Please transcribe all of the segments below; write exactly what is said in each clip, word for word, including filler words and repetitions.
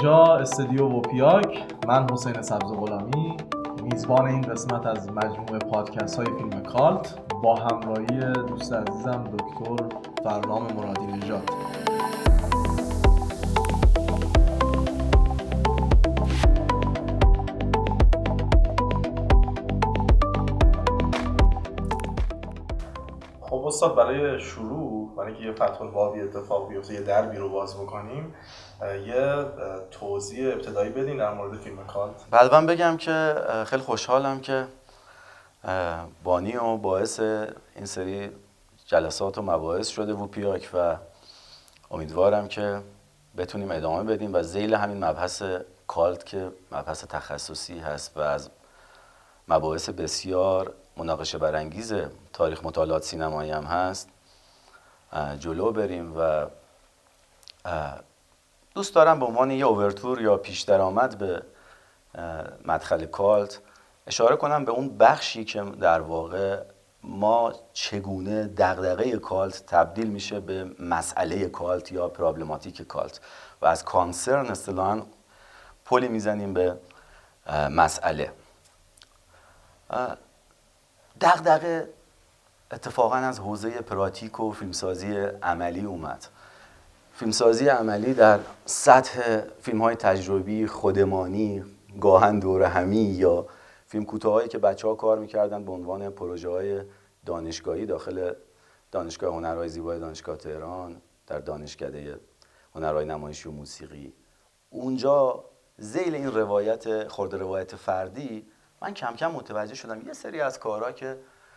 اینجا استودیو ووپیاک، من حسین سبز غلامی میزبان این قسمت از مجموعه پادکست های فیلم کالت با همراهی دوست عزیزم دکتر فرنام مرادی نژاد. خب استاد، برای شروع، برای که یه فتح البابی اتفاق بیفته، یه دربی رو باز بکنیم، یه توضیح ابتدایی بدین در مورد فیلم کالت. بعد من بگم که خیلی خوشحالم که بانی و باعث این سری جلسات و مباحث شده ووپیاک و امیدوارم که بتونیم ادامه بدیم و ذیل همین مبحث کالت که مبحث تخصصی هست و از مباحث بسیار مناقشه برانگیز تاریخ مطالعات سینمایی هم هست جلو بریم و دوست دارم به عنوان یه اوورتور یا پیش درآمد به مدخل کالت اشاره کنم به اون بخشی که در واقع ما چگونه دغدغه کالت تبدیل میشه به مسئله کالت یا پرابلماتیک کالت و از کانسرن اصطلاحاً پلی میزنیم به مسئله. دغدغه اتفاقاً از حوزه پراتیک و فیلمسازی عملی اومد. فیلمسازی عملی در سطح فیلم‌های تجربی، خودمانی، گاهن دور همی یا فیلم کوتاهایی که بچه‌ها کار می‌کردن به عنوان پروژه‌های دانشگاهی داخل دانشگاه هنرهای زیبای دانشگاه تهران، در دانشکده هنرهای نمایشی و موسیقی، اونجا ذیل این روایت خرد روایت فردی من کم کم متوجه شدم یه سری از کارها که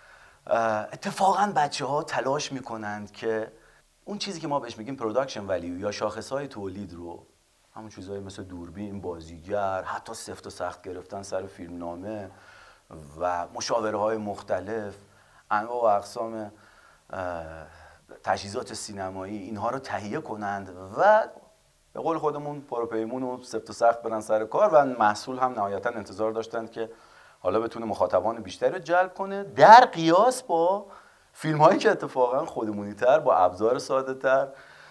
اتفاقاً بچه‌ها تلاش می‌کنند که اون چیزی که ما بهش میگیم پروداکشن ولیو یا شاخص‌های تولید رو، همون چیزایی مثل دوربین، بازیگر، حتی سفت و سخت گرفتن سر فیلمنامه و مشاوره‌های مختلف، انواع و اقسام تجهیزات سینمایی، اینها رو تهیه کنند و به قول خودمون پروپیمون و سفت و سخت برن سر کار و محصول هم نهایتاً انتظار داشتند که حالا بتونه مخاطبان بیشتری رو جلب کنه، در قیاس با فیلم هایی که اتفاقا خودمونی تر با ابزار ساده تر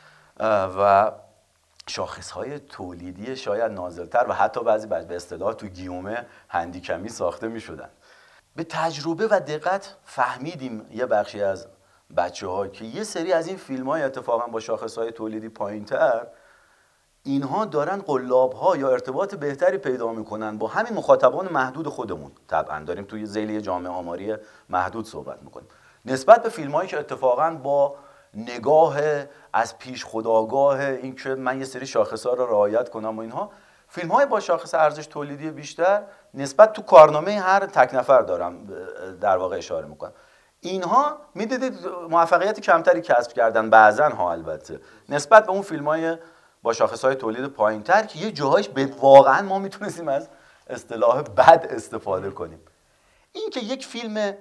و شاخص های تولیدی شاید نازلتر و حتی بعضی به اصطلاح تو گیومه هندیکمی ساخته می شدن. به تجربه و دقت فهمیدیم یه بخشی از بچه ها که یه سری از این فیلم های اتفاقا با شاخص های تولیدی پایین تر اینها دارن قلاب ها یا ارتباط بهتری پیدا میکنن با همین مخاطبان محدود خودمون. طبعا داریم توی ذیل جامعه آماری محدود صحبت میکنیم نسبت به فیلمایی که اتفاقا با نگاه از پیش خودآگاه این که من یه سری شاخص‌ها رو رعایت کنم و اینها، فیلم‌های با شاخص ارزش تولیدی بیشتر نسبت تو کارنامه هر تک نفر دارم در واقع اشاره میکنم. اینها میدیدید موفقیت کمتری کسب کردن بعضن ها، البته نسبت به اون فیلم‌های با شاخص‌های تولید پایین‌تر که یه جاهایش به واقعا ما میتونستیم از اصطلاح بد استفاده کنیم. این که یک فیلم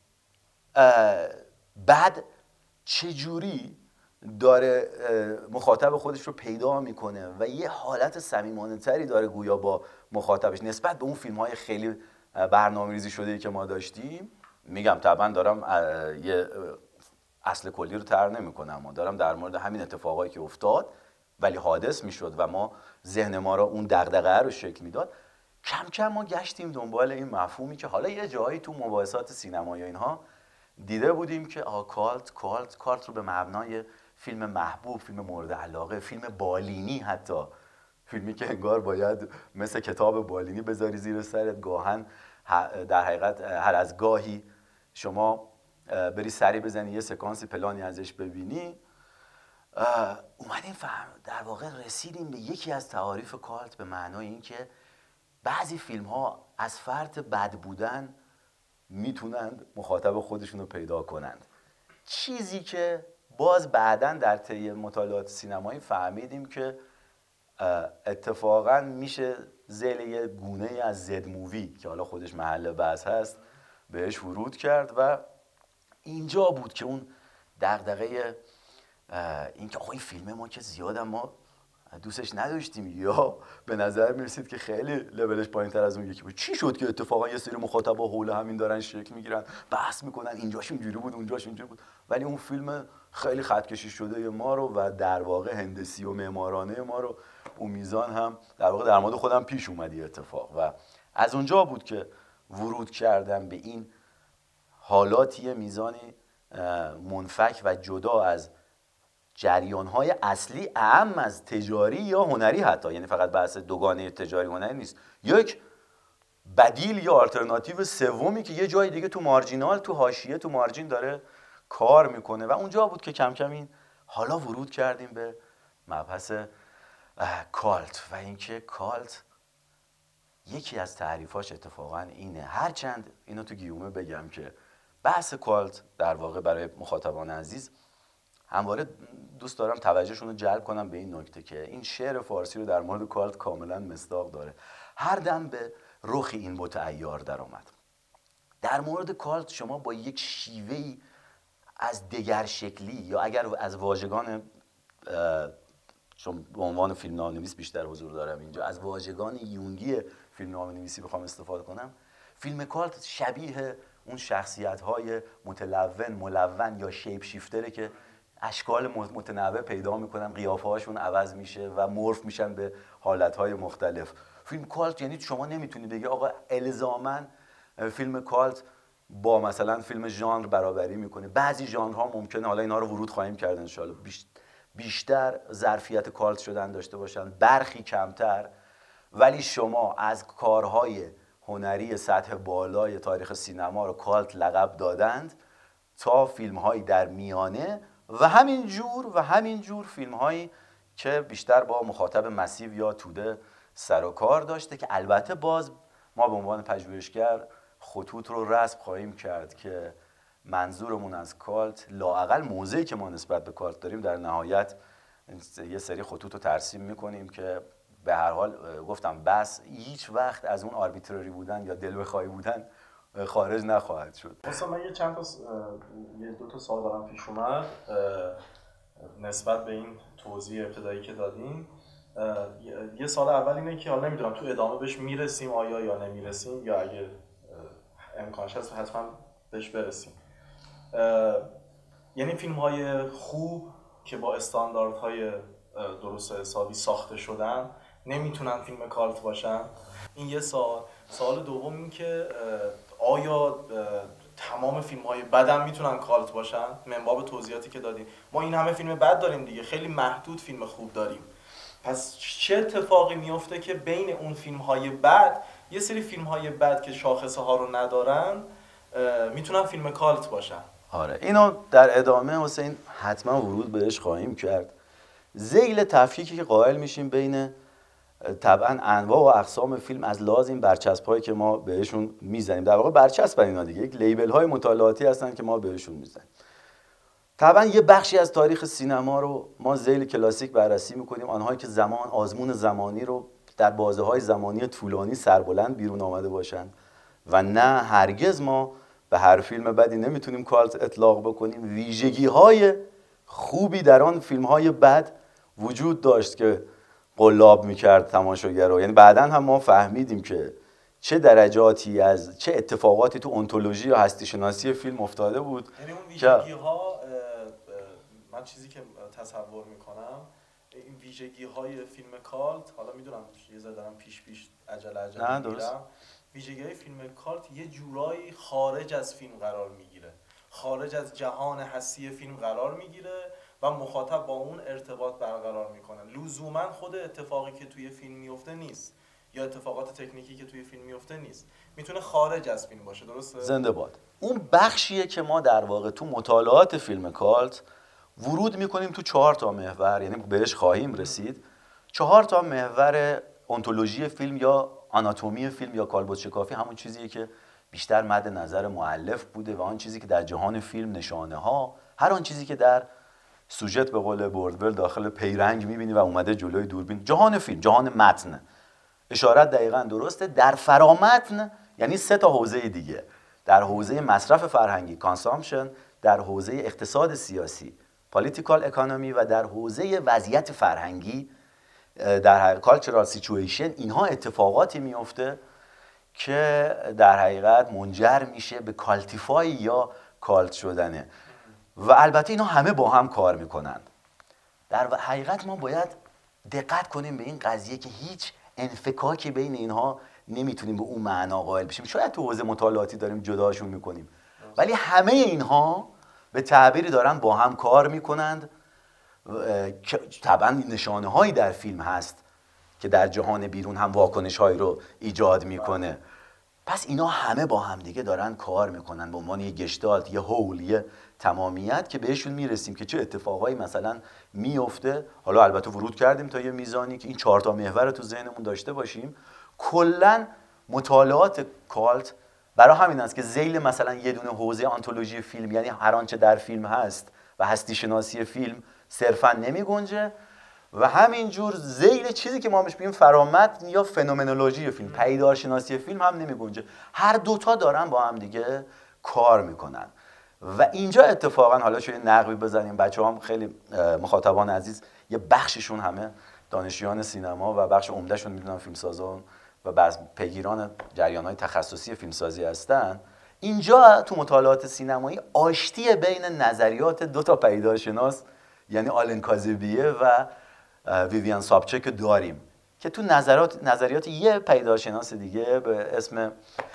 بعد چجوری داره مخاطب خودش رو پیدا میکنه و یه حالت صمیمانه تری داره گویا با مخاطبش نسبت به اون فیلم های خیلی برنامه‌ریزی شده که ما داشتیم. میگم طبعا دارم یه اصل کلی رو طرح نمی‌کنم، اما دارم در مورد همین اتفاقایی که افتاد ولی حادث میشد و ما ذهن ما رو اون دغدغه رو شکل میداد، کم کم ما گشتیم دنبال این مفهومی که حالا یه جایی تو مباحثات سینمایی اینها دیده بودیم که آ کالت کالت کالت رو به مبنای فیلم محبوب، فیلم مورد علاقه، فیلم بالینی، حتی فیلمی که انگار باید مثل کتاب بالینی بذاری زیر سرت، گاهن در حقیقت هر از گاهی شما بری سری بزنی یه سکانسی پلانی ازش ببینی. اومدیم فهم در واقع رسیدیم به یکی از تعاریف کالت به معنای این که بعضی فیلم ها از فرط بد بودن میتونند مخاطب خودشون رو پیدا کنند، چیزی که باز بعداً در طی مطالعات سینمایی فهمیدیم که اتفاقاً میشه ذیل یه گونه از زد مووی که حالا خودش محل بحث هست بهش ورود کرد و اینجا بود که اون دغدغه این که آقا این فیلم ما که زیادم ما دوستش نداشتیم یا به نظر میرسید که خیلی لولش پایین‌تر از اون یکی بود. چی شد که اتفاقا یه سری مخاطبا حول همین دارن شکل میگیرن، بحث میکنن اینجاش اینجوری بود اونجاش اینجوری بود، ولی اون فیلم خیلی خط کشی شده ما رو و در واقع هندسی و معمارانه ما رو اون میزان هم در واقع در مورد خودم پیش اومد اتفاق. و از اونجا بود که ورود کردم به این حالاتی میزانی منفک و جدا از جریان‌های اصلی اهم از تجاری یا هنری، حتی یعنی فقط بحث دوگانه تجاری هنری نیست، یک بدیل یا آلترناتیو سومی که یه جای دیگه تو مارجینال، تو حاشیه، تو مارجین داره کار میکنه. و اونجا بود که کم کم این حالا ورود کردیم به مبحث کالت و اینکه کالت یکی از تعریفاش اتفاقا اینه، هرچند اینو تو گیومه بگم که بحث کالت در واقع برای مخاطبان عزیز همواره دوست دارم توجهشون رو جلب کنم به این نکته که این شعر فارسی رو در مورد کالت کاملا مصداق داره، هر دم به رخ این بت عیار در اومد. در مورد کالت شما با یک شیوهی از دگر شکلی یا اگر از واژگان، چون به عنوان فیلمنامه‌نویس بیشتر حضور دارم اینجا، از واژگان یونگی فیلمنامه‌نویسی بخوام استفاده کنم، فیلم کالت شبیه اون شخصیت‌های متلون، ملون یا شیپ شیفتره که اشکال متنوع پیدا میکنن، قیافه هاشون عوض میشه و مورف میشن به حالتهای مختلف. فیلم کالت یعنی شما نمیتونی بگی آقا الزاماً فیلم کالت با مثلا فیلم ژانر برابری میکنه. بعضی ژانرها ممکنه، حالا اینا رو ورود خواهیم کرد ان شاءالله، بیشتر ظرفیت کالت شدن داشته باشن، برخی کمتر، ولی شما از کارهای هنری سطح بالای تاریخ سینما رو کالت لقب دادند تا فیلم‌هایی در میانه و همین جور و همین جور فیلم‌هایی که بیشتر با مخاطب مسیو یا توده سر و کار داشته، که البته باز ما به عنوان پژوهشگر خطوط رو رسم خواهیم کرد که منظورمون از کالت، لااقل موضعی که ما نسبت به کالت داریم، در نهایت یه سری خطوط رو ترسیم میکنیم که به هر حال گفتم بس هیچ وقت از اون آربیتراری بودن یا دل بخواهی بودن خارج نخواهد شد. مثلا من یه چند تا یه دو تا سوال دارم پیش اومد نسبت به این توضیح ابتدایی که دادین. یه سال اول اینه که حالا نمیدونم تو ادامه بهش میرسیم آیا یا نمیرسیم، یا اگه امکانش هست حتما بهش برسیم. یعنی فیلم های خوب که با استانداردهای درست و حسابی ساخته شدن نمیتونن فیلم کالت باشن؟ این یه سوال. سوال دوم این که آیا تمام فیلم های بد هم میتونن کالت باشن؟ من باب توضیحاتی که دادیم، ما این همه فیلم بد داریم دیگه، خیلی محدود فیلم خوب داریم. پس چه اتفاقی میفته که بین اون فیلم های بد یه سری فیلم های بد که شاخصه ها رو ندارن میتونن فیلم کالت باشن؟ آره، اینو در ادامه حسین حتما ورود بهش خواهیم کرد. ذیل تفکیکی که قائل میشیم بین طبعا انواع و اقسام فیلم از لحاظ این برچسب‌هایی که ما بهشون میزنیم، در واقع برچسب اینا دیگه یک لیبل‌های مطالعاتی هستن که ما بهشون میزنیم. طبعا یه بخشی از تاریخ سینما رو ما ذیل کلاسیک بررسی میکنیم، آنهایی که زمان آزمون زمانی رو در بازه‌های زمانی طولانی سربلند بیرون آمده باشن و نه هرگز ما به هر فیلم بدی نمیتونیم کالت اطلاق بکنیم. ویژگی‌های خوبی در آن فیلم‌های بد وجود داشت که قلاب میکرد تماشاگر رو. یعنی بعداً هم ما فهمیدیم که چه درجاتی از چه اتفاقاتی تو انتولوژی یا هستی شناسی فیلم افتاده بود. یعنی اون ویژگی‌ها، من چیزی که تصور میکنم این ویژگی‌های فیلم کالت، حالا میدونم یه ذره دارم پیش پیش عجله عجله میرم، ویژگی‌های فیلم کالت یه جورایی خارج از فیلم قرار میگیره، خارج از جهان حسی فیلم قرار میگیره و مخاطب با اون ارتباط برقرار میکنه. لزوما خود اتفاقی که توی فیلم میفته نیست یا اتفاقات تکنیکی که توی فیلم میفته نیست، میتونه خارج از فیلم باشه. درسته؟ زنده باد. اون بخشیه که ما در واقع تو مطالعات فیلم کالت ورود میکنیم تو چهار تا محور، یعنی بهش خواهیم رسید. چهار تا محور انتولوژی فیلم یا آناتومی فیلم یا کالبد شکافی، همون چیزیه که بیشتر مد نظر مؤلف بوده و آن چیزی که در جهان فیلم نشانه ها، هر آن چیزی که در سوژت به قول بوردول داخل پیرنگ میبینی و اومده جلوی دوربین، جهان فیلم، جهان متن. اشارت دقیقاً درسته. در فرامتن یعنی سه تا حوزه دیگه، در حوزه مصرف فرهنگی کانسامپشن، در حوزه اقتصاد سیاسی پالیتیکال اکانومی و در حوزه وضعیت فرهنگی در حقیقت کالچرال سیچویشن، اینها اتفاقاتی میفته که در حقیقت منجر میشه به کالتیفای یا کالت شدنه و البته اینا همه با هم کار میکنن. در حقیقت ما باید دقت کنیم به این قضیه که هیچ انفکاکی بین اینها نمیتونیم به اون معنا قائل بشیم. شاید تو حوزه مطالعاتی داریم جداشون میکنیم، ولی همه اینها به تعبیری دارن با هم کار میکنند. طبعا نشانه هایی در فیلم هست که در جهان بیرون هم واکنش هایی رو ایجاد میکنه. پس اینا همه با هم دیگه دارن کار میکنن به عنوان یه گشتالت، یه هول، یه تمامیت که بهشون میرسیم که چه اتفاقایی مثلا میفته. حالا البته ورود کردیم تا یه میزانی که این چهار تا محور رو تو ذهنمون داشته باشیم. کلا مطالعات کالت برای همین است که ذیل مثلا یه دونه حوزه آنتولوژی فیلم، یعنی هر آنچه در فیلم هست و هستی شناسی فیلم، صرفا نمی گنجه و همینجور ذیل چیزی که ما بهش میگیم فرامتن یا فنومنولوژی فیلم، پدیدارشناسی فیلم هم نمی گنجه. هر دوتا دارن با هم دیگه کار میکنن و اینجا اتفاقا حالا شویه نقبی بزنیم. بچه هم خیلی مخاطبان عزیز یه بخششون همه دانشجویان سینما و بخش عمدهشون میدونن فیلمسازان و بعض پیگیران جریان‌های تخصصی فیلمسازی هستن. اینجا تو مطالعات سینمایی آشتی بین نظریات دو تا پدیدارشناس یعنی آلن کازبیه و ویویان سابچک داریم که تو نظریات نظریات یه پدیدارشناس دیگه به اسم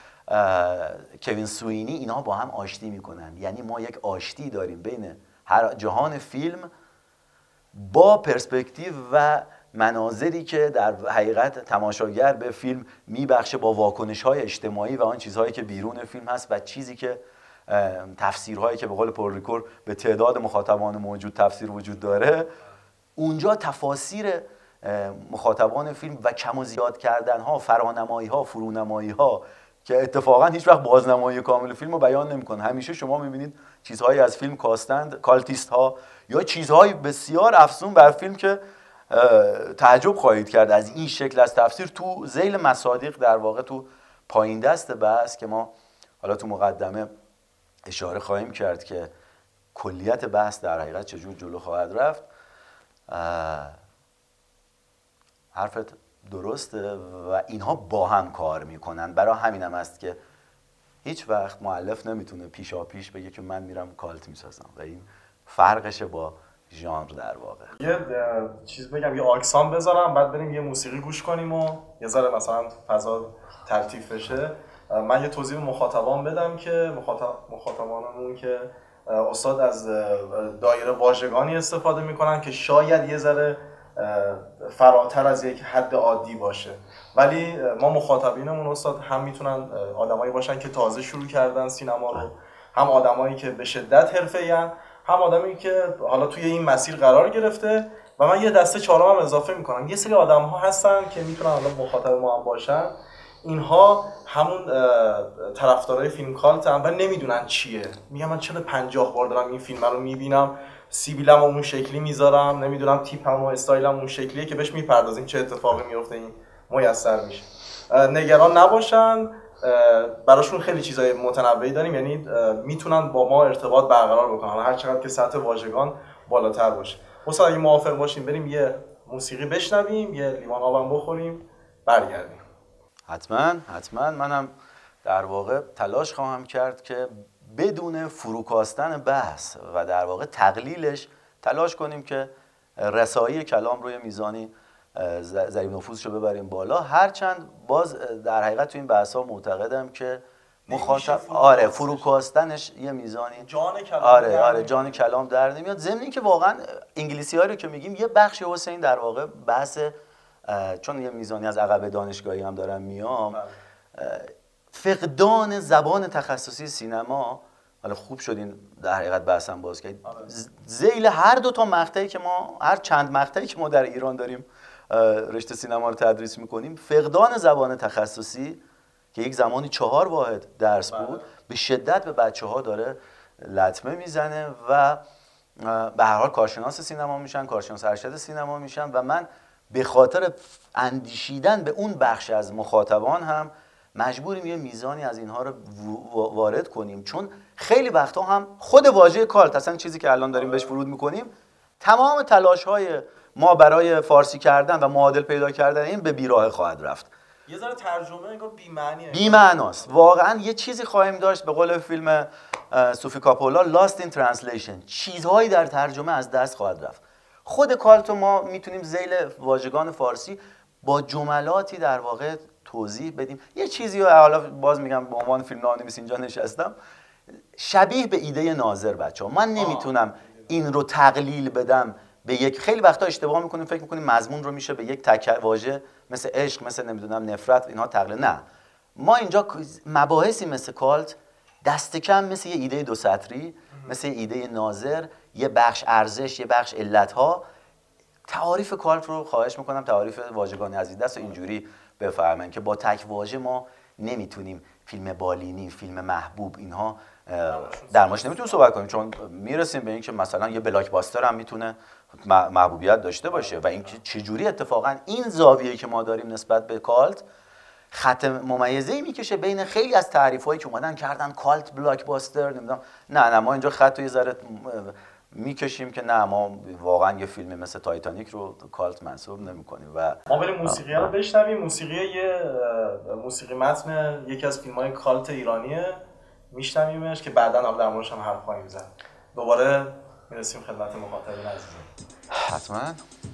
کوین سوینی اینا با هم آشتی میکنن. یعنی ما یک آشتی داریم بین هر جهان فیلم با پرسپکتیو و مناظری که در حقیقت تماشاگر به فیلم میبخشه با واکنش‌های اجتماعی و آن چیزهایی که بیرون فیلم هست و چیزی که تفسیرهایی که به قول پورریکور به تعداد مخاطبان موجود تفسیر وجود داره. اونجا تفاسیر مخاطبان فیلم و کم و زیاد کردن‌ها، فرانمایی‌ها، فرونمایی‌ها که اتفاقا هیچ وقت بازنمایی کامل فیلم رو بیان نمی‌کنه. همیشه شما می‌بینید چیزهایی از فیلم کاستند کالتیست‌ها یا چیزهایی بسیار افزون بر فیلم که تعجب خواهید کرد از این شکل از تفسیر تو ذیل مصادیق در واقع تو پایین دست بحث که ما حالا تو مقدمه اشاره خواهیم کرد که کلیت بحث در حقیقت چجور جلو خواهد رفت. حرفت درسته و اینها با هم کار میکنن. برای همینم است که هیچ وقت مؤلف نمیتونه پیشا پیش بگه که من میرم کالت میسازم و این فرقشه با ژانر در واقع. یه چیز بگم، یه آکسان بذارم بعد بریم یه موسیقی گوش کنیم و یه ذره مثلا فضا ترتیب بشه. من یه توضیح به مخاطبان بدم که مخاطب مخاطبانمون که استاد از دایره واژگانی استفاده میکنن که شاید یه ذره فراتر از یک حد عادی باشه، ولی ما مخاطبینمون استاد هم میتونن آدمایی باشن که تازه شروع کردن سینما رو، هم آدمایی که به شدت حرفه‌این، هم آدمی که حالا توی این مسیر قرار گرفته. و من یه دسته چهارم هم اضافه میکنم. یه سری آدم ها هستن که میتونن حالا مخاطب ما هم باشن، اینها همون طرفدارای فیلم کالت هم و نمیدونن چیه. میگم من چرا پنجاه بار دارم این فیلم رو میبینم، سیبیلم اون شکلی میذارم، نمیدونم تیپم و استایلم اون شکلیه که بهش میپردازیم چه اتفاقی میفته این میسر میشه. نگران نباشن، براشون خیلی چیزای متنوعی داریم، یعنی میتونن با ما ارتباط برقرار بکنن هر چقدر که سطح واژگان بالاتر باشه. مثلا اگه موافق باشیم بریم یه موسیقی بشنویم، یه لیوان آبم بخوریم، برگردیم. حتما حتما منم در واقع تلاش خواهم کرد که بدون فروکاستن بحث و در واقع تقلیلش تلاش کنیم که رسایی کلام روی میزانی ضریب نفوذش رو ببریم بالا. هرچند باز در حقیقت تو این بحث‌ها معتقدم که مخاطب آره فروکاستنش یه میزانی جان کلام آره آره جان کلام در نمیاد. ضمن اینکه واقعا انگلیسی‌ها رو که میگیم یه بخش حسین در واقع بحث، چون یه میزانی از عقب دانشگاهی هم دارم میام، فقدان زبان تخصصی سینما. حالا خوب شدین در حقیقت بحثم باز کردید. ذیل هر دو تا مقطعی که ما هر چند مقطعی که ما در ایران داریم رشته سینما رو تدریس میکنیم، فقدان زبان تخصصی که یک زمانی چهار واحد درس بود به شدت به بچه ها داره لطمه میزنه و به هر حال کارشناس سینما میشن، کارشناس ارشد سینما میشن و من به خاطر اندیشیدن به اون بخش از مخاطبان هم مجبوریم یه میزانی از اینها رو وارد کنیم، چون خیلی وقتا هم خود واژه کالت، اصلا چیزی که الان داریم بهش ورود میکنیم، تمام تلاش های ما برای فارسی کردن و معادل پیدا کردن این به بیراه خواهد رفت. یه ذره ترجمه انگار بی‌معنیه. بی‌معناست. واقعا یه چیزی خواهیم داشت به قول فیلم سوفی کاپولا Lost in Translation، چیزهایی در ترجمه از دست خواهد رفت. خود کالتو ما میتونیم ذیل واژگان فارسی با جملاتی در واقع توضیح بدیم. یه چیزی رو حالا باز میگم به عنوان فیلمنامه‌نویس اینجا نشستم، شبیه به ایده ناظر بچه‌ها. من نمیتونم این رو تقلیل بدم به یک، خیلی وقتا اشتباه میکنیم فکر میکنیم مضمون رو میشه به یک تک واژه مثل عشق، مثل نمیدونم نفرت اینها تقلیل. نه، ما اینجا مباحثی مثل کالت دست کم مثل یه ایده دو سطری، مثل یه ایده ناظر، یه بخش ارزش، یه بخش علتها. تعاریف کالت رو خواهش میکنم تعاریف واژگان از این دست و اینجوری بفهمن که با تک واژه ما نمیتونیم فیلم بالینی، فیلم محبوب اینها در موردش نمیتونیم صحبت کنیم، چون میرسیم به اینکه مثلا یه بلاکباستر هم میتونه محبوبیت داشته باشه و اینکه چجوری اتفاقا این زاویه‌ای که ما داریم نسبت به کالت خط ممیزه‌ای میکشه بین خیلی از تعریف‌هایی که اومدن کردن کالت بلاکباستر نمیدونم. نه نه ما اینجا خط رو یه ذره میکشیم که نه، ما واقعا یه فیلم مثل تایتانیک رو کالت منسوب نمی‌کنیم. و ما بریم موسیقی رو بشنویم. موسیقی یه موسیقی متن یکی از فیلم‌های کالت ایرانیه، میشنویمش که بعداً هم در موردش هم حرف خواهیم زد. دوباره میرسیم خدمت مخاطبین عزیزم. حتما.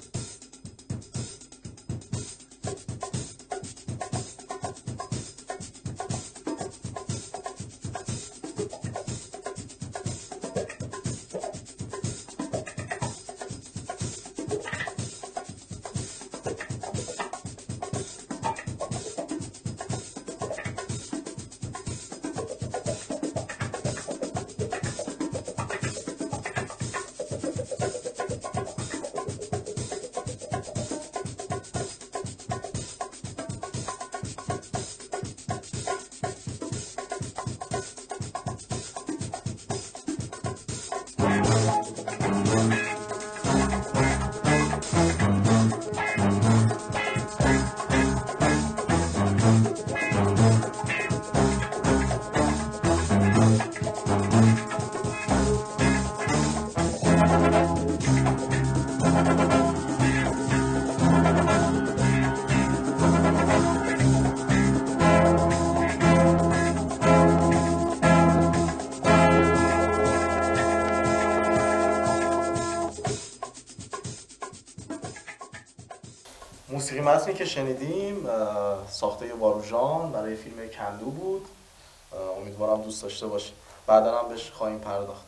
موسیقی متنی که شنیدیم ساخته واروژان برای فیلم کندو بود. امیدوارم دوست داشته باشید. بعدا هم بهش خواهیم پرداخت.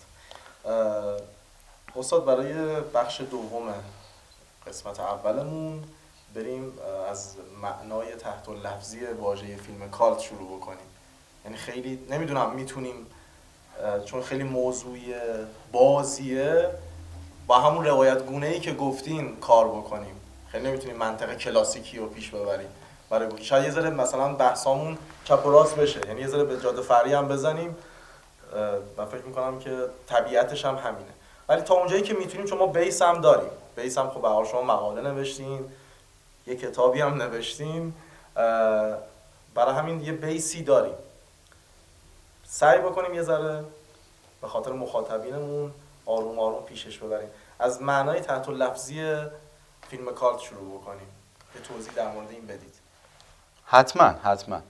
استاد برای بخش دوم قسمت اولمون بریم از معنای تحت اللفظی واژه فیلم کالت شروع بکنیم. یعنی خیلی نمیدونم میتونیم، چون خیلی موضوعی بازیه، با همون روایت گونه‌ای که گفتین کار بکنیم. خیلی نمیتونیم منطق کلاسیکی رو پیش ببریم برای شاید یه ذره مثلا بحثامون چپ و راست بشه، یعنی یه ذره به جاده فرعی هم بزنیم. من فکر میکنم که طبیعتش هم همینه، ولی تا اونجایی که میتونیم، چون ما بیس هم داریم. بیس هم خب به شما مقاله نوشتین، یه کتابی هم نوشتین، برای همین یه بیسی داریم. سعی بکنیم یه ذره به خاطر مخاطبینمون آروم آروم پیشش ببریم. از معنای تحت اللفظی فیلم کالت شروع بکنیم که توضیح در مورد این بدید. حتما حتما.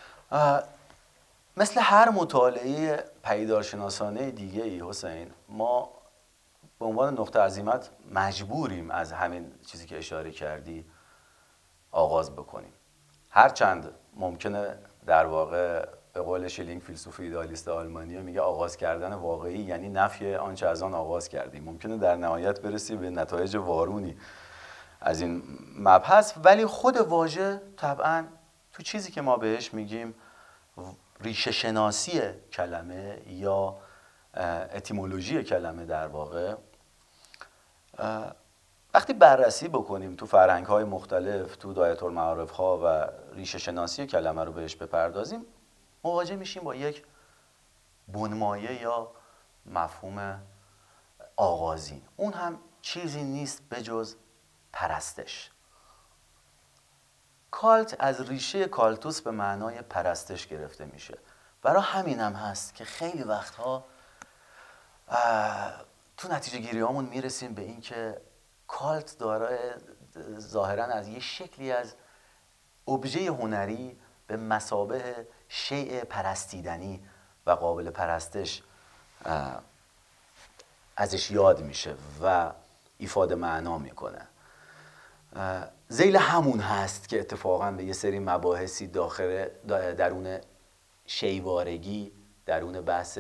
مثل هر مطالعه پدیدارشناسانه دیگه ای حسین، ما به عنوان نقطه عزیمت مجبوریم از همین چیزی که اشاره کردی آغاز بکنیم. هرچند ممکنه در واقع به قول شیلینگ فیلسوف ایدالیست آلمانی میگه آغاز کردن واقعی یعنی نفی آنچه از آن آغاز کردیم. ممکنه در نهایت برسی به نتایج وارونی از این مبحث، ولی خود واژه طبعا تو چیزی که ما بهش میگیم ریشه شناسی کلمه یا اتیمولوژی کلمه، در واقع وقتی بررسی بکنیم تو فرهنگ‌های مختلف، تو دایره المعارف‌ها و ریشه شناسی کلمه رو بهش بپردازیم، مواجه میشیم با یک بنمایه یا مفهوم آغازین. اون هم چیزی نیست بجز پرستش. کالت از ریشه کالتوس به معنای پرستش گرفته میشه. برای همین هم هست که خیلی وقتها تو نتیجه گیری هامون میرسیم به این که کالت داره ظاهرا از یه شکلی از ابژه هنری به مثابه شیء پرستیدنی و قابل پرستش ازش یاد میشه و ایفاده معنا میکنه. ذیل همون هست که اتفاقا به یه سری مباحثی داخل درون شیوارگی، درون بحث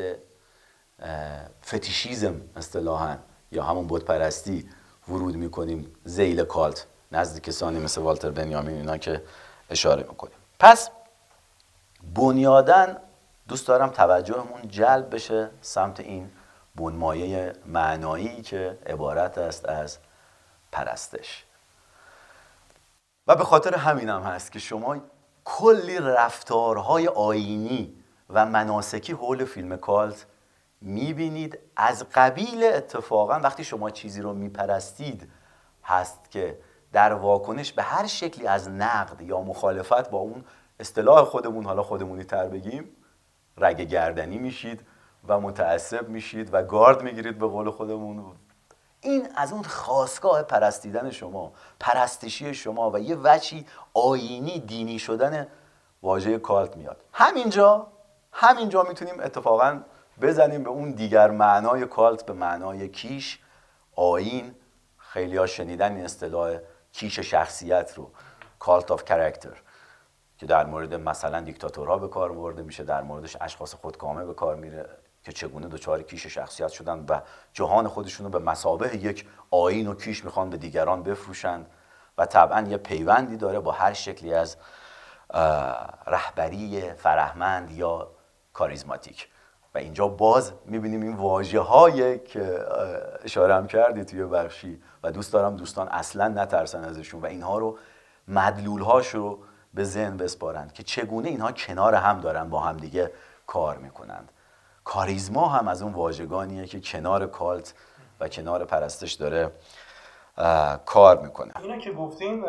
فتیشیزم اصطلاحاً یا همون بت پرستی ورود میکنیم، ذیل کالت، نزد کسانی مثل والتر بنیامین اینا که اشاره میکنیم. پس بنیادن دوست دارم توجهمون جلب بشه سمت این بنمایه معنایی که عبارت است از پرستش. و به خاطر همینم هست که شما کلی رفتارهای آیینی و مناسکی حول فیلم کالت میبینید، از قبیل اتفاقا وقتی شما چیزی رو میپرستید هست که در واکنش به هر شکلی از نقد یا مخالفت با اون اصطلاح خودمون، حالا خودمونی تر بگیم، رگ گردنی میشید و متعصب میشید و گارد میگیرید به قول خودمون. این از اون خاستگاه پرستیدن شما، پرستشی شما و یه وجهی آیینی دینی شدن واژه کالت میاد. همینجا همینجا میتونیم اتفاقاً بزنیم به اون دیگر معنای کالت، به معنای کیش، آیین. خیلی ها شنیدن این اصطلاح کیش شخصیت رو، کالت آف کاراکتر، که در مورد مثلا دیکتاتورها به کار برده میشه، در موردش اشخاص خودکامه به کار میره که چگونه دچار کیش شخصیت شدن و جهان خودشون رو به مثابه یک آیین و کیش میخوان به دیگران بفروشند و طبعا یه پیوندی داره با هر شکلی از رهبری فرهمند یا کاریزماتیک. و اینجا باز میبینیم این واژه هایی که اشاره هم کردی توی بخشی و دوست دارم دوستان اصلا نترسن ازشون و اینها رو مدلول هاش رو به ذهن بسپارند که چگونه اینها کنار هم دارن با هم دیگه کار میکنند. کاریزما هم از اون واژگانیه که کنار کالت و کنار پرستش داره کار میکنه. اینو که گفتین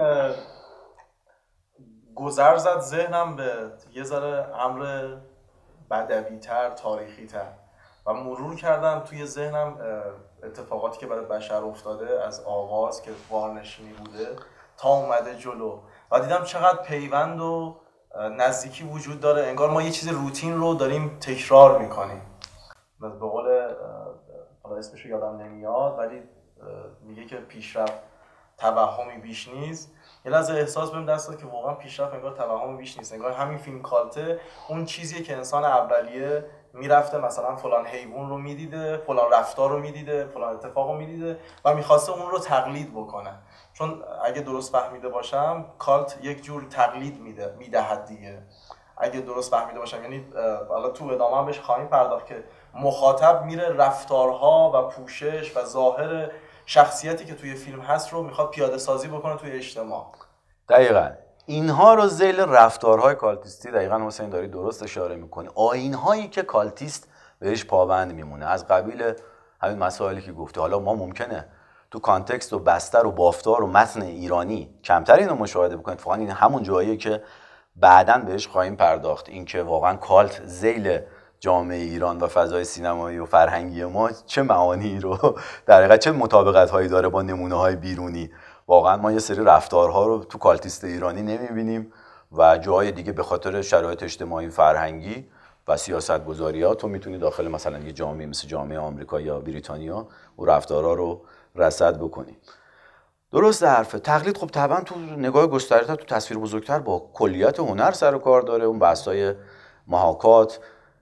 گذر زد ذهنم به یه ذره امر بدوی تر، تاریخی تر و مرور کردم توی ذهنم اتفاقاتی که برای بشر افتاده از آغاز که غارنشینی بوده تا اومده جلو و دیدم چقدر پیوند و نزدیکی وجود داره. انگار ما یه چیز روتین رو داریم تکرار میکنیم. به قول حالا اسمشو یادم نمیاد ولی میگه که پیشرفت توهمی بیش نیست. یه لحظه احساس بهم دست داد که واقعا پیشرفت انگار توهمی بیش نیست. انگار همین فیلم کالته اون چیزیه که انسان اولیه میرفته مثلا فلان حیوان رو میدیده، فلان رفتار رو میدیده، فلان اتفاق رو میدیده و میخواسته اون رو تقلید بکنه. چون اگه درست فهمیده باشم کالت یک جور تقلید میده میدهد دیگه. اگه درست فهمیده باشم یعنی حالا تو ادامه هم بهش خواهیم پرداخت که مخاطب میره رفتارها و پوشش و ظاهر شخصیتی که توی فیلم هست رو میخواد پیاده سازی بکنه توی اجتماع. دقیقاً اینها رو ذیل رفتارهای کالتیستی دقیقاً حسین داری درست اشاره میکنی. آیین‌هایی که کالتیست بهش پابند میمونه از قبیل همین مسائلی که گفتی. حالا ما ممکنه تو کانتکست و بستر و بافتار و متن ایرانی کمتر اینو مشاهده بکنید، فقط این همون جاییه که بعداً بهش خواهیم پرداخت، این که واقعاً کالت ذیل جامعه ایران و فضای سینمایی و فرهنگی ما چه معانی رو در حقیقت چه مطابقت هایی داره با نمونه های بیرونی. واقعا ما یه سری رفتارها رو تو کالتیست ایرانی نمیبینیم و جاهای دیگه به خاطر شرایط اجتماعی فرهنگی و سیاست گذاری ها تو میتونی داخل مثلا یه جامعه مثل جامعه آمریکا یا بریتانیا و رفتارها رو رصد بکنی. درست حرفه. تقلید خب طبعا تو نگاه گسترده‌تر تو تصویر بزرگتر با کلیت هنر سر و کار داره. اون بحث‌های محاکات،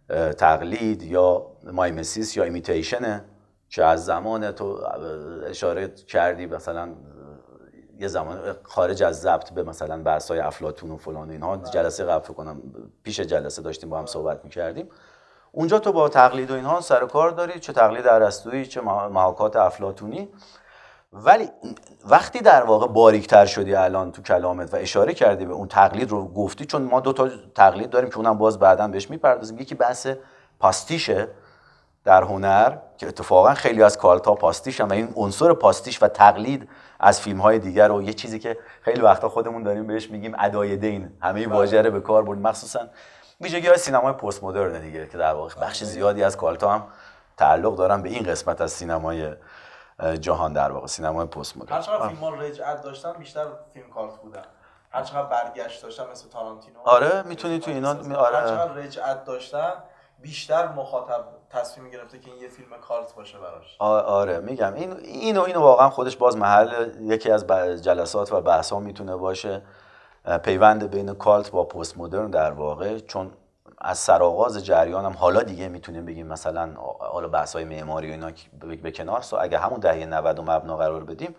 تقلید یا مایمسیس یا ایمیتیشنه که از زمان تو اشاره کردی مثلا یه زمان خارج از ضبط به مثلا بحث‌های افلاطون و فلان اینها جلسه قبل فکر کنم پیش جلسه داشتیم با هم صحبت می‌کردیم. اونجا تو با تقلید و اینها سر و کار داری، چه تقلید ارسطویی چه محاکات افلاطونی. ولی وقتی در واقع باریک‌تر شدی الان تو کلامت و اشاره کردی به اون تقلید رو گفتی، چون ما دو تا تقلید داریم که اونم باز بعداً بهش میپردازیم. یکی بحث پاستیشه در هنر که اتفاقا خیلی از کالت‌ها پاستیشن و این عنصر پاستیش و تقلید از فیلم‌های دیگر رو یه چیزی که خیلی وقتا خودمون داریم بهش میگیم ادای دین، همه واژه رو به کار بردیم، مخصوصاً ویژگی‌های سینمای پست مدرن دیگه که در واقع بخش زیادی از کالت‌ها هم تعلق دارن به این قسمت از سینمای جهان در واقع سینمای پست مدرن. هر چقدر فیلم‌ها رجعت داشتن بیشتر فیلم کالت بودن، هر چقدر برگشت داشتن مثل تارانتینو. آره میتونی تو اینا می... آره هر چقدر رجعت داشتن بیشتر مخاطب تصمیم گرفته که این یه فیلم کالت باشه براش. آره میگم این اینو اینو واقعا خودش باز محل یکی از جلسات و بحث‌ها میتونه باشه، پیوند بین کالت با پست مدرن در واقع، چون از سرآغاز جریان هم حالا دیگه میتونیم بگیم مثلا حالا بحث‌های معماری و اینا به کنار، سو اگه همون دهه نود و مبنا قرار بدیم،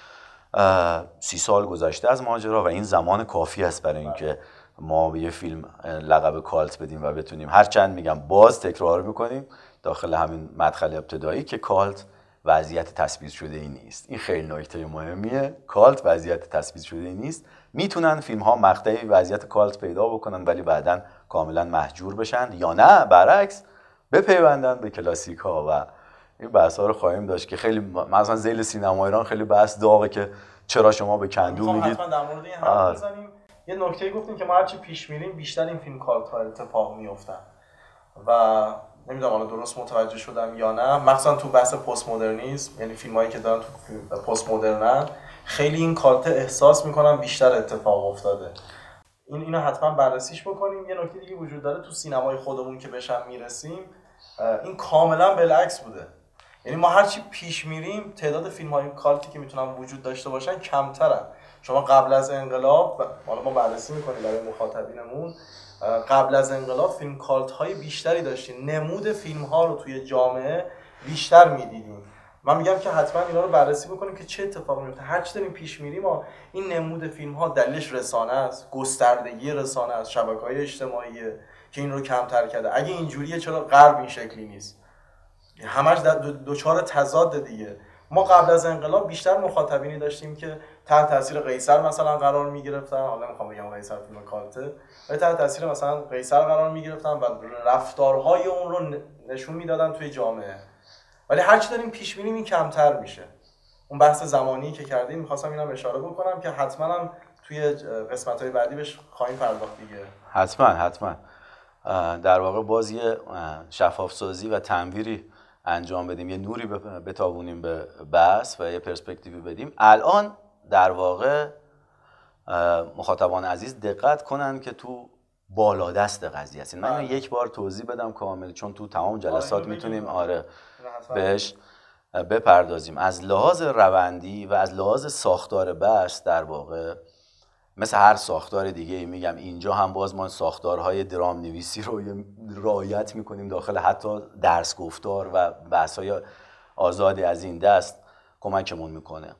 سی سال گذشته از ماجرا و این زمان کافی است برای اینکه ما به یه فیلم لقب کالت بدیم و بتونیم، هرچند میگم باز تکرار میکنیم داخل همین مدخل ابتدایی که کالت وضعیت تثبیت شده ای نیست. این خیلی نکته مهمیه، کالت وضعیت تثبیت شده ای نیست. میتونن فیلم ها مقطعی وضعیت کالت پیدا بکنن ولی بعداً کاملا محجور بشن، یا نه برعکس بپیوندن به کلاسیک ها. و این بحث ها رو خواهیم داشت که خیلی مثلا ذیل سینما ایران خیلی بحث داغه که چرا شما به کندو میگید. حتما در مورد این حرف بزنیم. یه نکته گفتیم که ما هرچی پیش میریم بیشتر این فیلم کالت ها اتفاق میافتن و نمیدونم حالا درست متوجه شدم یا نه، مخصوصا تو بحث پست مدرنیسم، یعنی فیلمایی که دارن تو پست مدرنن خیلی این کالت احساس میکنن بیشتر اتفاق افتاده. این اینو حتما بررسیش بکنیم. یه نکته دیگه وجود داره تو سینمای خودمون که بهش هم میرسیم، این کاملا بالعکس بوده. یعنی ما هرچی پیش میریم تعداد فیلم‌های کالتی که میتونن وجود داشته باشن کمترن. شما قبل از انقلاب، حالا ما بررسی میکنیم برای مخاطبینمون، قبل از انقلاب فیلم کالت های بیشتری داشتیم، نمود فیلم ها رو توی جامعه بیشتر میدیدیم. من میگم که حتما اینا رو بررسی بکنیم که چه اتفاقی میفته. هر چی داریم پیش میریم ما این نمود فیلم ها دلیلش رسانه است، گستردگی رسانه است، شبکه‌های اجتماعی که این رو کمتر کرده. اگه اینجوریه چرا غرب این شکلی نیست؟ همش دوچار تضاد دیگه. ما قبل از انقلاب بیشتر مخاطبینی داشتیم که تحت تاثیر قیصر مثلا قرار میگرفتن، حالا نمیخوام بگم قیصر فیلم کالته، ولی تحت تاثیر مثلا قیصر قرار میگرفتن و رفتارهای اون رو نشون میدادن توی جامعه. ولی هر چی داریم پیش میریم این کمتر میشه. اون بحث زمانی که کردیم میخواستم اینم اشاره بکنم که حتما هم توی قسمت‌های بعدی بهش خواهیم پرداخت دیگه. حتما حتما در واقع باز یه شفاف سازی و تنویری انجام بدیم، یه نوری بتابونیم به بحث و یه پرسپکتیوی بدیم. الان در واقع مخاطبان عزیز دقت کنن که تو بالادست قضیه است. من یک بار توضیح بدم کامل، چون تو تمام جلسات میتونیم آره بهش بپردازیم. از لحاظ روندی و از لحاظ ساختار بحث در واقع مثل هر ساختار دیگه، میگم اینجا هم باز ما ساختارهای درام نویسی رو رعایت میکنیم داخل حتی درس گفتار و بحث‌های آزادی از این دست کمکمون میکنه.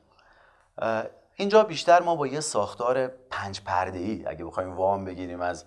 اینجا بیشتر ما با یه ساختار پنج پرده‌ای اگه بخوایم وام بگیریم از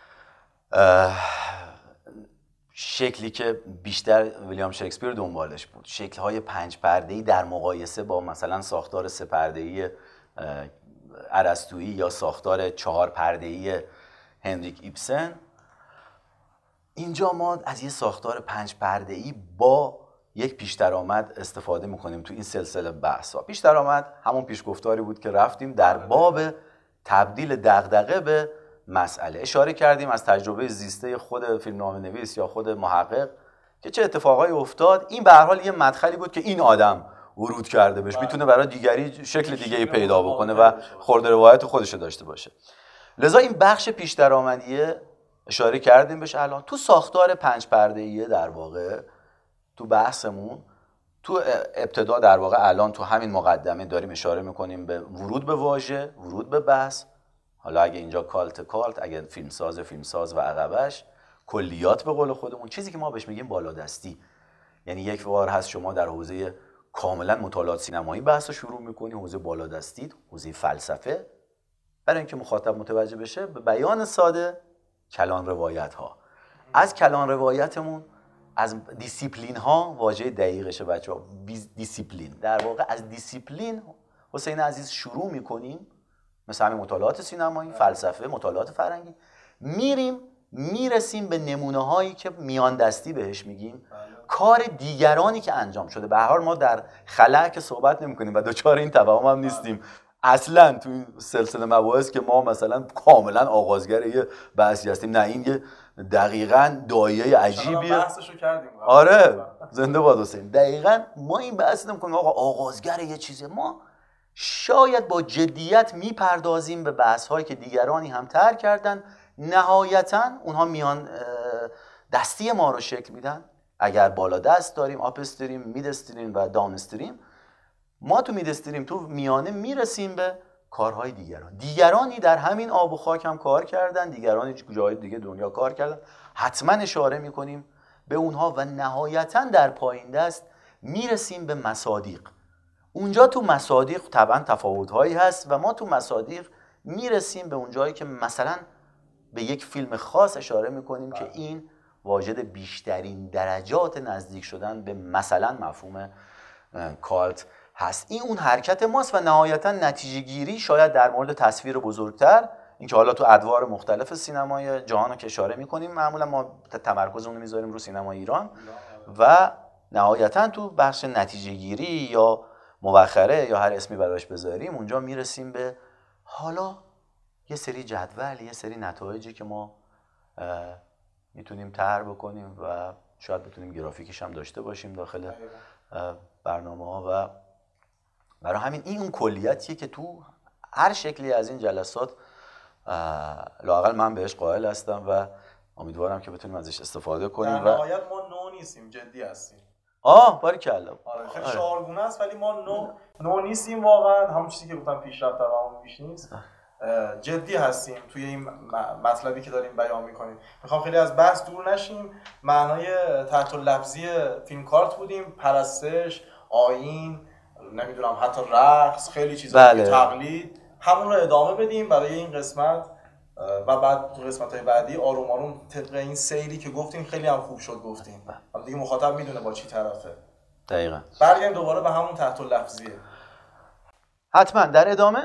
شکلی که بیشتر ویلیام شکسپیر دنبالش بود، شکل‌های پنج پرده‌ای در مقایسه با مثلا ساختار سه پرده‌ای ارسطویی یا ساختار چهار پرده‌ای هنریک ایبسن، اینجا ما از یه ساختار پنج پرده‌ای با یک پیش درآمد استفاده می‌کنیم تو این سلسله بحث‌ها. پیش درآمد همون پیشگفتاری بود که رفتیم در باب تبدیل دغدغه به مسئله. اشاره کردیم از تجربه زیسته خود فیلمنامه‌نویس یا خود محقق که چه اتفاقایی افتاد. این به هر حال یه مدخلی بود که این آدم ورود کرده بهش، میتونه برای دیگری شکل دیگه‌ای پیدا بکنه و خورده روایت خودش داشته باشه. لذا این بخش پیش درآمدیه اشاره کردیم بهش. الان تو ساختار پنج پرده‌ای در واقع تو بحثمون تو ابتدا در واقع الان تو همین مقدمه داریم اشاره میکنیم به ورود به واژه، ورود به بحث. حالا اگه اینجا کالت کالت، اگه فیلمساز فیلمساز و عقبش، کلیات به قول خودمون، چیزی که ما بهش میگیم بالادستی. یعنی یک بار هست شما در حوزه کاملا مطالعات سینمایی بحث رو شروع میکنی، حوزه بالادستی، حوزه فلسفه، برای اینکه مخاطب متوجه بشه به بیان ساده کلان روایت ها. از کلان روایتمون، از دیسیپلین ها، واژه دقیقشه بچه ها، دیسیپلین، در واقع از دیسیپلین حسین عزیز شروع میکنیم، مثل همین مطالعات سینمایی، فلسفه، مطالعات فرهنگی، میریم میرسیم به نمونه هایی که میان دستی بهش میگیم، کار دیگرانی که انجام شده. به هر حال ما در خلأ که صحبت نمی کنیم و دوچار این توهم هم نیستیم اصلا تو این سلسله مباحث که ما مثلا کاملا آغازگر یه بحثی هستیم. نه، این یه دقیقاً دایه عجیبیه. بحثشو کردیم. آره زنده باد حسین. دقیقاً ما این بحث نمی‌کنیم آقا آغازگر یه چیزه، ما شاید با جدیت میپردازیم به بحث‌هایی که دیگرانی هم طرح کردن، نهایتاً اونها میان دستی ما رو شکل میدن. اگر بالا دست داریم، آپ استریم، مید استریم و داون استریم، ما تو مید استریم تو میانه میرسیم به کارهای دیگران. دیگرانی در همین آب و خاک هم کار کردن، دیگرانی جای دیگه دنیا کار کردن، حتما اشاره میکنیم به اونها و نهایتاً در پایین دست میرسیم به مصادیق. اونجا تو مصادیق طبعا تفاوت‌هایی هست و ما تو مصادیق میرسیم به اونجایی که مثلا به یک فیلم خاص اشاره میکنیم که این واجد بیشترین درجات نزدیک شدن به مثلا مفهوم کالت هست. این اون حرکت ماست و نهایتا نتیجه گیری شاید در مورد تصویر بزرگتر، اینکه حالا تو ادوار مختلف سینمای جهان رو که اشاره میکنیم، معمولا ما تمرکزمون رو میذاریم رو سینمای ایران و نهایتا تو بخش نتیجه گیری یا مبخره یا هر اسمی براش بذاریم، اونجا میرسیم به حالا یه سری جدول، یه سری نتایجی که ما میتونیم طرح بکنیم و شاید بتونیم گرافیکش هم داشته باشیم داخل برنامه ها و برای همین این اون کلیتیه که تو هر شکلی از این جلسات لااقل من بهش قائل هستم و امیدوارم که بتونیم ازش استفاده کنیم. در نهایت ما نو نیستیم، جدی هستیم. آه باریکلا. آره خیلی شعارگونه است ولی ما نو نو نیستیم واقعا، همون چیزی که گفتم پیشرفت در اون بیش نیست. جدی هستیم توی این مطلبی که داریم بیان میکنیم. میخوام خیلی از بحث دور نشیم. معنای تحت لفظی فیلم کارت بودیم، پرستش، آیین، نمیدونم حتی رقص، خیلی چیزا، بله. تقلید، همون رو ادامه بدیم برای این قسمت و بعد تو قسمت‌های بعدی آروم آروم طبق این سیری که گفتیم خیلی هم خوب شد گفتیم. حالا دیگه مخاطب میدونه با چی طرفه. دقیقاً. برگردیم دوباره به همون تحت لفظیه. حتما در ادامه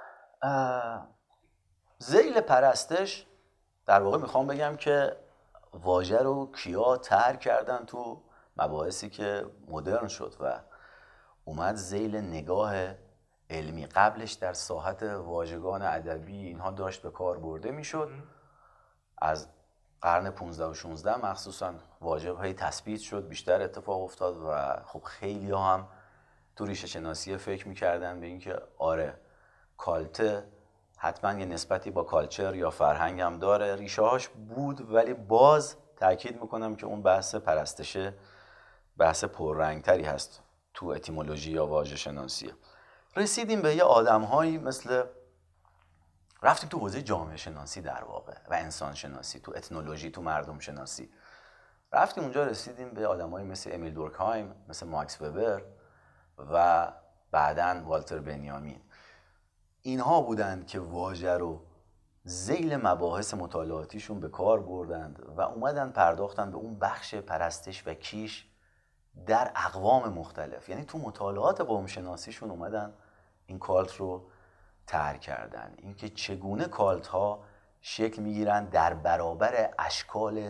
ذیل پرستش در واقع میخوام بگم که واژه رو کیا طرح کردن تو مباحثی که مدرن شد و اومد ذیل نگاه علمی. قبلش در ساحت واژگان ادبی اینها داشت به کار برده میشد. از قرن پانزده و شانزده مخصوصا واژه‌های تثبیت شد، بیشتر اتفاق افتاد و خب خیلی ها هم تو ریشه شناسی فکر میکردن به اینکه آره کالته حتما یه نسبتی با کالچر یا فرهنگ هم داره، ریشه هاش بود، ولی باز تاکید میکنم که اون بحث پرستشه بحث پررنگتری هست تو اتیمولوژی یا واژه شناسی. رسیدیم به یه آدم‌هایی مثل، رفتیم تو حوزه جامعه شناسی در واقع و انسان شناسی، تو اتنولوژی، تو مردم شناسی رفتیم اونجا، رسیدیم به آدم‌هایی مثل امیل دورکهایم، مثل ماکس وبر و بعداً والتر بنیامین. اینها بودند که واژه رو ذیل مباحث مطالعاتیشون به کار بردند و اومدن پرداختن به اون بخش پرستش و کیش در اقوام مختلف. یعنی تو مطالعات قوم شناسیشون اومدن این کالت رو طرح کردن، اینکه چگونه کالت ها شکل میگیرن در برابر اشکال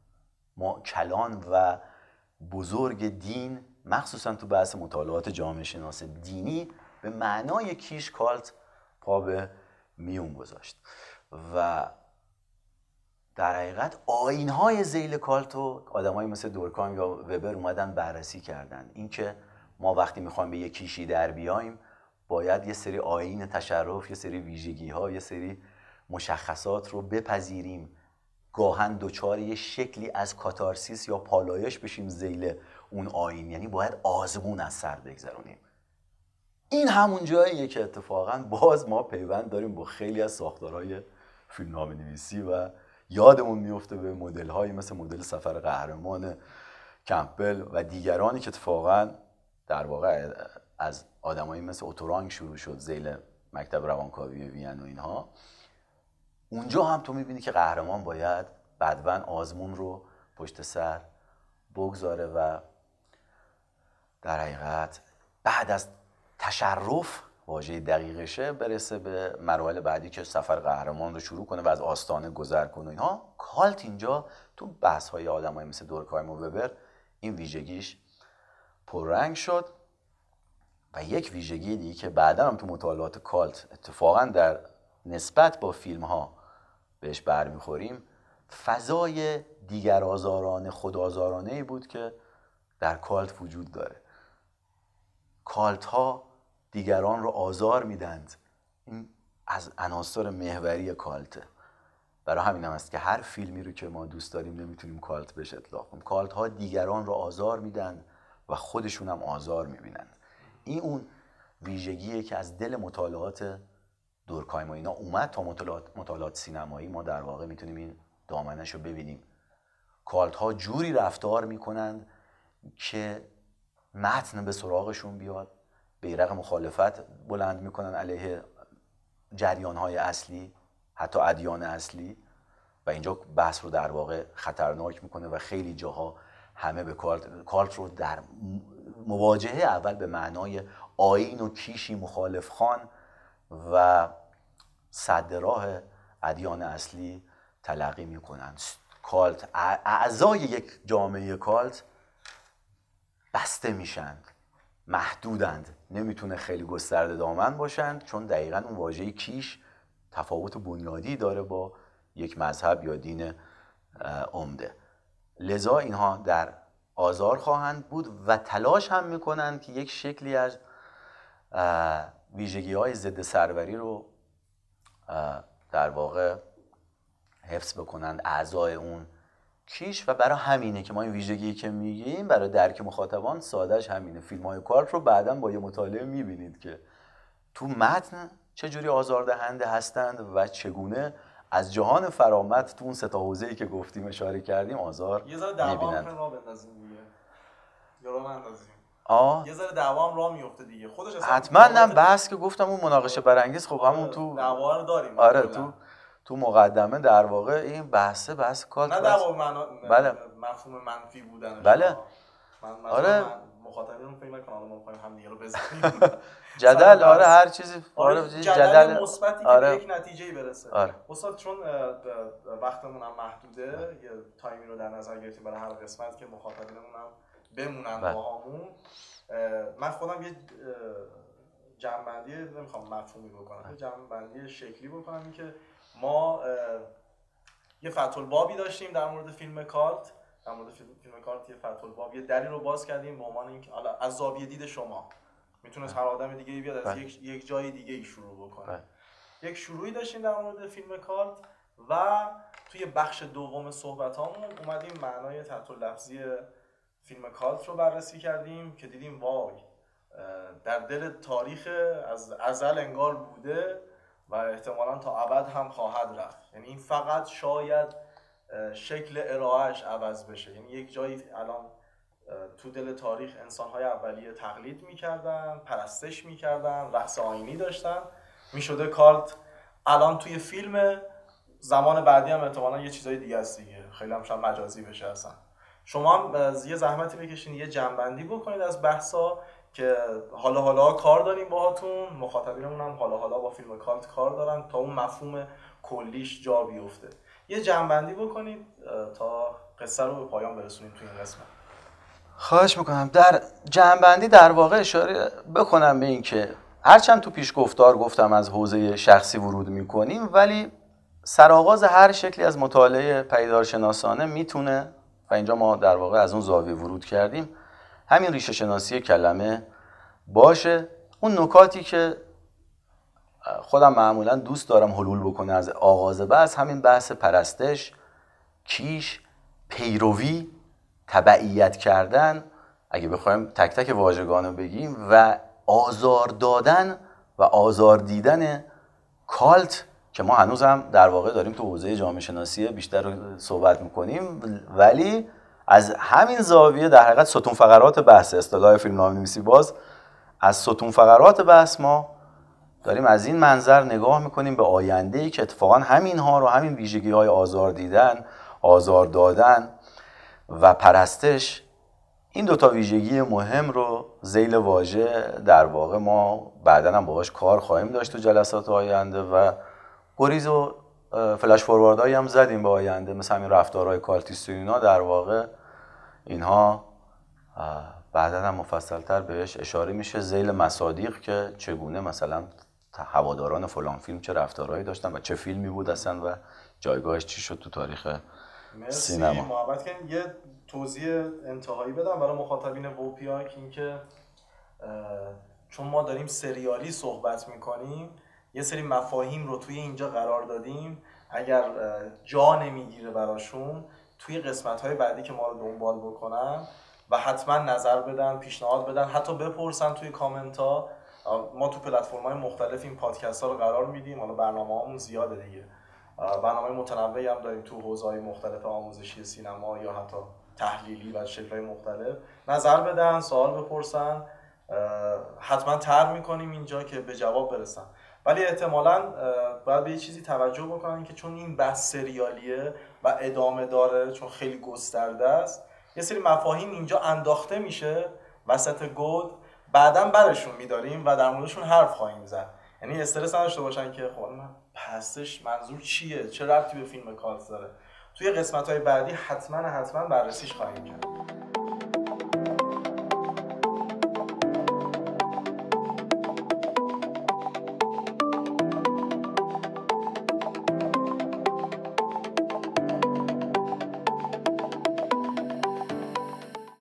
کلان و بزرگ دین، مخصوصا تو بحث مطالعات جامعه شناس دینی به معنای کیش کالت پا به میون گذاشت و در حقیقت آیین‌های ذیل کالت رو آدمایی مثل دورکهایم یا وبر اومدن بررسی کردن. اینکه ما وقتی میخوایم به یک کیشی در بیایم باید یه سری آیین تشرف، یه سری ویژگی‌ها، یه سری مشخصات رو بپذیریم، گاهن دوچار یه شکلی از کاتارسیس یا پالایش بشیم ذیل اون آیین، یعنی باید آزمون از سر بگذرونیم. این همون جاییه که اتفاقاً باز ما پیوند داریم با خیلی از ساختارهای فیلمنامه‌نویسی و یادمون میفته به مدل‌هایی مثل مدل سفر قهرمان کمپبل و دیگرانی که اتفاقاً در واقع از آدمایی مثل اوتورانگ شروع شد، ذیل مکتب روانکاوی وین و اینها. اونجا هم تو میبینی که قهرمان باید بدون آزمون رو پشت سر بگذاره و در حقیقت بعد از تشرف واژه دقیقشه برسه به مراحل بعدی که سفر قهرمان رو شروع کنه و از آستانه گذر کنه. اینها کالت اینجا تو بحث های آدمایی مثل دورکهایم و وبر این ویژگیش پررنگ شد. و یک ویژگی دیگه که بعدا هم تو مطالعات کالت اتفاقا در نسبت با فیلم ها بهش برمیخوریم، فضای دیگر آزارانه خودآزارانه ای بود که در کالت وجود داره. کالت ها دیگران رو آزار میدند. این از عناصر محوری کالته. برای همین هم است که هر فیلمی رو که ما دوست داریم نمیتونیم کالت بهش اطلاق کنیم. کالت ها دیگران رو آزار میدن و خودشون هم آزار میبینند. این اون ویژگیه که از دل مطالعات دورکایم و اینا اومد تا مطالعات, مطالعات سینمایی. ما در واقع میتونیم این دامنش رو ببینیم. کالت ها جوری رفتار میکنند که متن به سراغشون بیاد، بیرق مخالفت بلند میکنن علیه جریان‌های اصلی، حتی ادیان اصلی، و اینجا بحث رو در واقع خطرناک میکنه و خیلی جاها همه به کالت, کالت رو در مواجهه اول به معنای آیین و کیشی مخالف خان و سد راه ادیان اصلی تلقی میکنن. کالت، اعضای یک جامعه کالت بسته میشن، محدودند، نمیتونه خیلی گسترده دامن باشند، چون دقیقاً اون واژه کیش تفاوت بنیادی داره با یک مذهب یا دین عمده. لذا اینها در آزار خواهند بود و تلاش هم میکنند که یک شکلی از ویژگی های ضد سروری رو در واقع حفظ بکنند اعضای اون کیش، و برای همینه که ما این ویژگی که میگیم برای درک مخاطبان سادهش همینه. فیلم های کالت رو بعداً با یه مطالعه میبینید که تو متن چجوری آزاردهنده هستند و چگونه از جهان فرامت تو اون سه تا حوزه‌ای که گفتیم اشاره کردیم آزار میبینند. یه ذره دعوا هم راه بندازیم دیگه. یا راه نندازیم. آه یه ذره دعوا هم راه میفته دیگه. خودش اصلا حتما هم بحث که گفتم اون مناقشه برانگیز، خب همون تو دعوا رو داریم. آره تو تو مقدمه در واقع این بحثه بحث کالت نه دعوا معنا بله. مفهوم منفی بودن. بله. من آره. من مخاطبین فکر نکنم ما می‌خوایم هم دیگه رو بزنیم. جدل آره هر چیزی آره جدل مثبتی که آره. به یک نتیجه‌ای برسه. آره. استاد چون وقتمون هم محدوده، یه تایمی رو در نظر گرفتیم برای هر قسمت که مخاطبینمون هم بمونن باهامون. من خودم یه جمع‌بندی نمیخوام مفهومی بکنم، یه جمع‌بندی شکلی بکنم، این که ما یه فتح البابی داشتیم در مورد فیلم کالت، در مورد فیلم, فیلم کالت یه فتح الباب، یه دری رو باز کردیم به عنوان اینکه حالا از زاویه دید شما میتونست هر آدم دیگه بیاد از یک یک جای دیگه ای شروع بکنه. یک شروعی داشتیم در مورد فیلم کالت و توی بخش دوم صحبتامون اومدیم معنای تحت لفظی فیلم کالت رو بررسی کردیم که دیدیم وای در دل تاریخ از ازل انگار بوده و احتمالاً تا ابد هم خواهد رفت. یعنی این فقط شاید شکل ارائهش عوض بشه. یعنی یک جایی الان تو دل تاریخ انسان‌های اولیه تقلید می‌کردن، پرستش می‌کردن، رقص آیینی داشتن، میشده کالت. الان توی فیلم زمان بعدی هم احتمالاً یه چیزای دیگه است دیگه، خیلی هم شاید مجازی بشه اصلا. شما هم یه زحمتی بکشین یه جمع‌بندی بکنید از بحثا که حالا حالا کار داریم باهاتون، مخاطبینمون هم حالا حالا با فیلم کالت کار دارن تا اون مفهوم کلیش جا بیفته. یه جمع‌بندی بکنید تا قصه رو به پایان برسونیم توی این قسمت. خواهش میکنم. در جمع‌بندی در واقع اشاره بکنم به این که هرچند تو پیش گفتار گفتم از حوزه شخصی ورود میکنیم، ولی سرآغاز هر شکلی از مطالعه پدیدارشناسانه میتونه، و اینجا ما در واقع از اون زاویه ورود کردیم، همین ریشه شناسی کلمه باشه. اون نکاتی که خودم معمولا دوست دارم حلول بکنه از آغاز بحث، همین بحث پرستش، کیش، پیروی، تبعیت کردن، اگه بخوایم تک تک واژگانو بگیم، و آزار دادن و آزار دیدن کالت که ما هنوز هم در واقع داریم تو حوزه جامعه شناسی بیشتر رو صحبت میکنیم، ولی از همین زاویه در حقیقت ستون فقرات بحث، اصطلاح فیلمنامه‌نویسی باز، از ستون فقرات بحث ما داریم از این منظر نگاه میکنیم به آینده‌ای که اتفاقا همین ها رو، همین ویژگی های آزار دیدن، آزار دادن و پرستش، این دوتا ویژگی مهم رو ذیل واژه در واقع ما بعداً هم باهاش کار خواهیم داشت تو جلسات آینده، و گریز و فلش فورواردهایی هم زدیم به آینده، مثل همین رفتارهای کالتیستی و اینا. در واقع اینها بعداً هم مفصل‌تر بهش اشاره میشه ذیل مصادیق که چگونه مثلا هواداران فلان فیلم چه رفتارهایی داشتن و چه فیلمی بود اصلا و جایگاهش چی شد تو تاریخ سینما. مرسی محبت کردین. یه توضیح انتهایی بدم برای مخاطبین ووپیاک، اینکه چون ما داریم سریالی صحبت میکنیم یه سری مفاهیم رو توی اینجا قرار دادیم، اگر جا نمیگیره براشون توی قسمت‌های بعدی که ما رو دنبال بکنن و حتما نظر بدن، پیشنهاد بدن، حتی بپرسن توی کامنت ها. ما تو پلتفرم‌های مختلف این پادکست ها رو قرار میدیم، حالا برنامه‌هامون زیاده دیگه، برنامه متنوعی هم داریم تو حوزه‌های مختلف آموزشی سینما یا حتی تحلیلی و شکل‌های مختلف. نظر بدن، سوال بپرسن، حتما طرح میکنیم اینجا که به جواب برسن. ولی احتمالاً باید به یه چیزی توجه بکنن که چون این بحث سریالیه و ادامه داره، چون خیلی گسترده است، یه سری مفاهیم اینجا انداخته میشه وسط گود، بعداً برشون میداریم و در موردشون حرف خواهیم زد. یعنی استرس نداشته باشن که خب پسش منظور چیه، چه ربطی به فیلم کالت داره. توی قسمت‌های بعدی حتما حتما بررسیش خواهیم کرد.